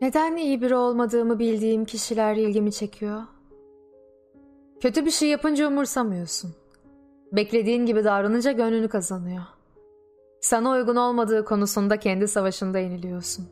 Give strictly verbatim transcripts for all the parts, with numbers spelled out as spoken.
Neden iyi biri olmadığımı bildiğim kişiler ilgimi çekiyor? Kötü bir şey yapınca umursamıyorsun. Beklediğin gibi davranınca gönlünü kazanıyor. Sana uygun olmadığı konusunda kendi savaşında yeniliyorsun.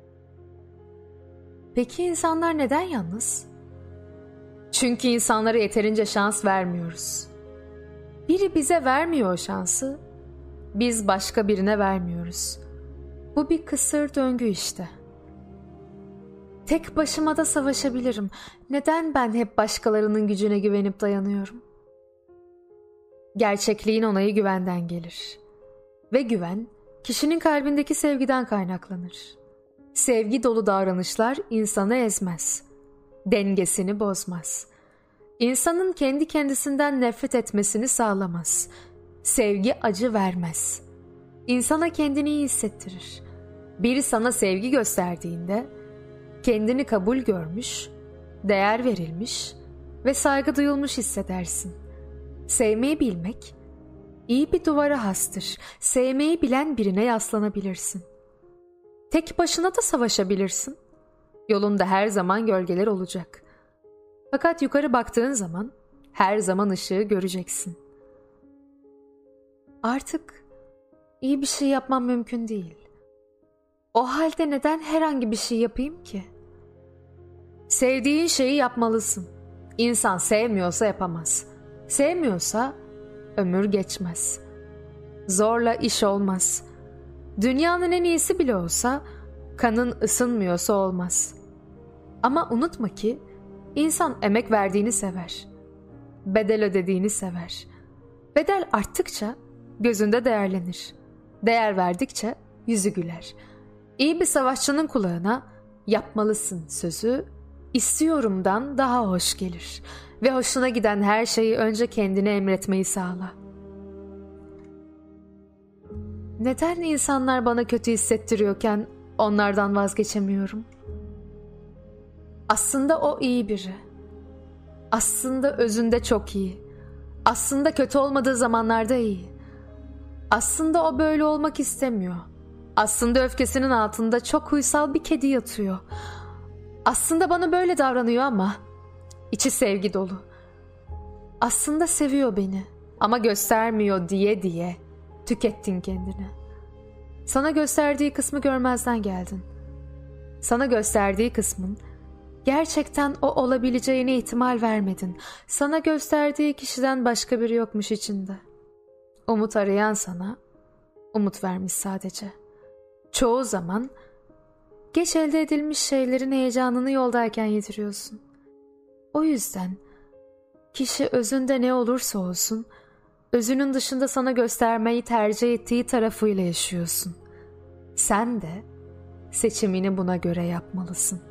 Peki insanlar neden yalnız? Çünkü insanlara yeterince şans vermiyoruz. Biri bize vermiyor o şansı, biz başka birine vermiyoruz. Bu bir kısır döngü işte. Tek başıma da savaşabilirim. Neden ben hep başkalarının gücüne güvenip dayanıyorum? Gerçekliğin onayı güvenden gelir. Ve güven, kişinin kalbindeki sevgiden kaynaklanır. Sevgi dolu davranışlar insanı ezmez. Dengesini bozmaz. İnsanın kendi kendisinden nefret etmesini sağlamaz. Sevgi acı vermez. İnsana kendini iyi hissettirir. Biri sana sevgi gösterdiğinde, kendini kabul görmüş, değer verilmiş ve saygı duyulmuş hissedersin. Sevmeyi bilmek, iyi bir duvara hastır. Sevmeyi bilen birine yaslanabilirsin. Tek başına da savaşabilirsin. Yolunda her zaman gölgeler olacak. Fakat yukarı baktığın zaman her zaman ışığı göreceksin. Artık iyi bir şey yapmam mümkün değil. O halde neden herhangi bir şey yapayım ki? Sevdiğin şeyi yapmalısın. İnsan sevmiyorsa yapamaz. Sevmiyorsa ömür geçmez. Zorla iş olmaz. Dünyanın en iyisi bile olsa kanın ısınmıyorsa olmaz. Ama unutma ki insan emek verdiğini sever. Bedel ödediğini sever. Bedel arttıkça gözünde değerlenir. Değer verdikçe yüzü güler. İyi bir savaşçının kulağına yapmalısın sözü istiyorumdan daha hoş gelir. Ve hoşuna giden her şeyi önce kendine emretmeyi sağla. Neden insanlar bana kötü hissettiriyorken onlardan vazgeçemiyorum? Aslında o iyi biri. Aslında özünde çok iyi. Aslında kötü olmadığı zamanlarda iyi. Aslında o böyle olmak istemiyor. Aslında öfkesinin altında çok huysal bir kedi yatıyor. Aslında bana böyle davranıyor ama içi sevgi dolu. Aslında seviyor beni ama göstermiyor diye diye tükettin kendini. Sana gösterdiği kısmı görmezden geldin. Sana gösterdiği kısmın gerçekten o olabileceğine ihtimal vermedin. Sana gösterdiği kişiden başka biri yokmuş içinde. Umut arayan sana umut vermiş sadece. Çoğu zaman geç elde edilmiş şeylerin heyecanını yoldayken yitiriyorsun. O yüzden kişi özünde ne olursa olsun, özünün dışında sana göstermeyi tercih ettiği tarafıyla yaşıyorsun. Sen de seçimini buna göre yapmalısın.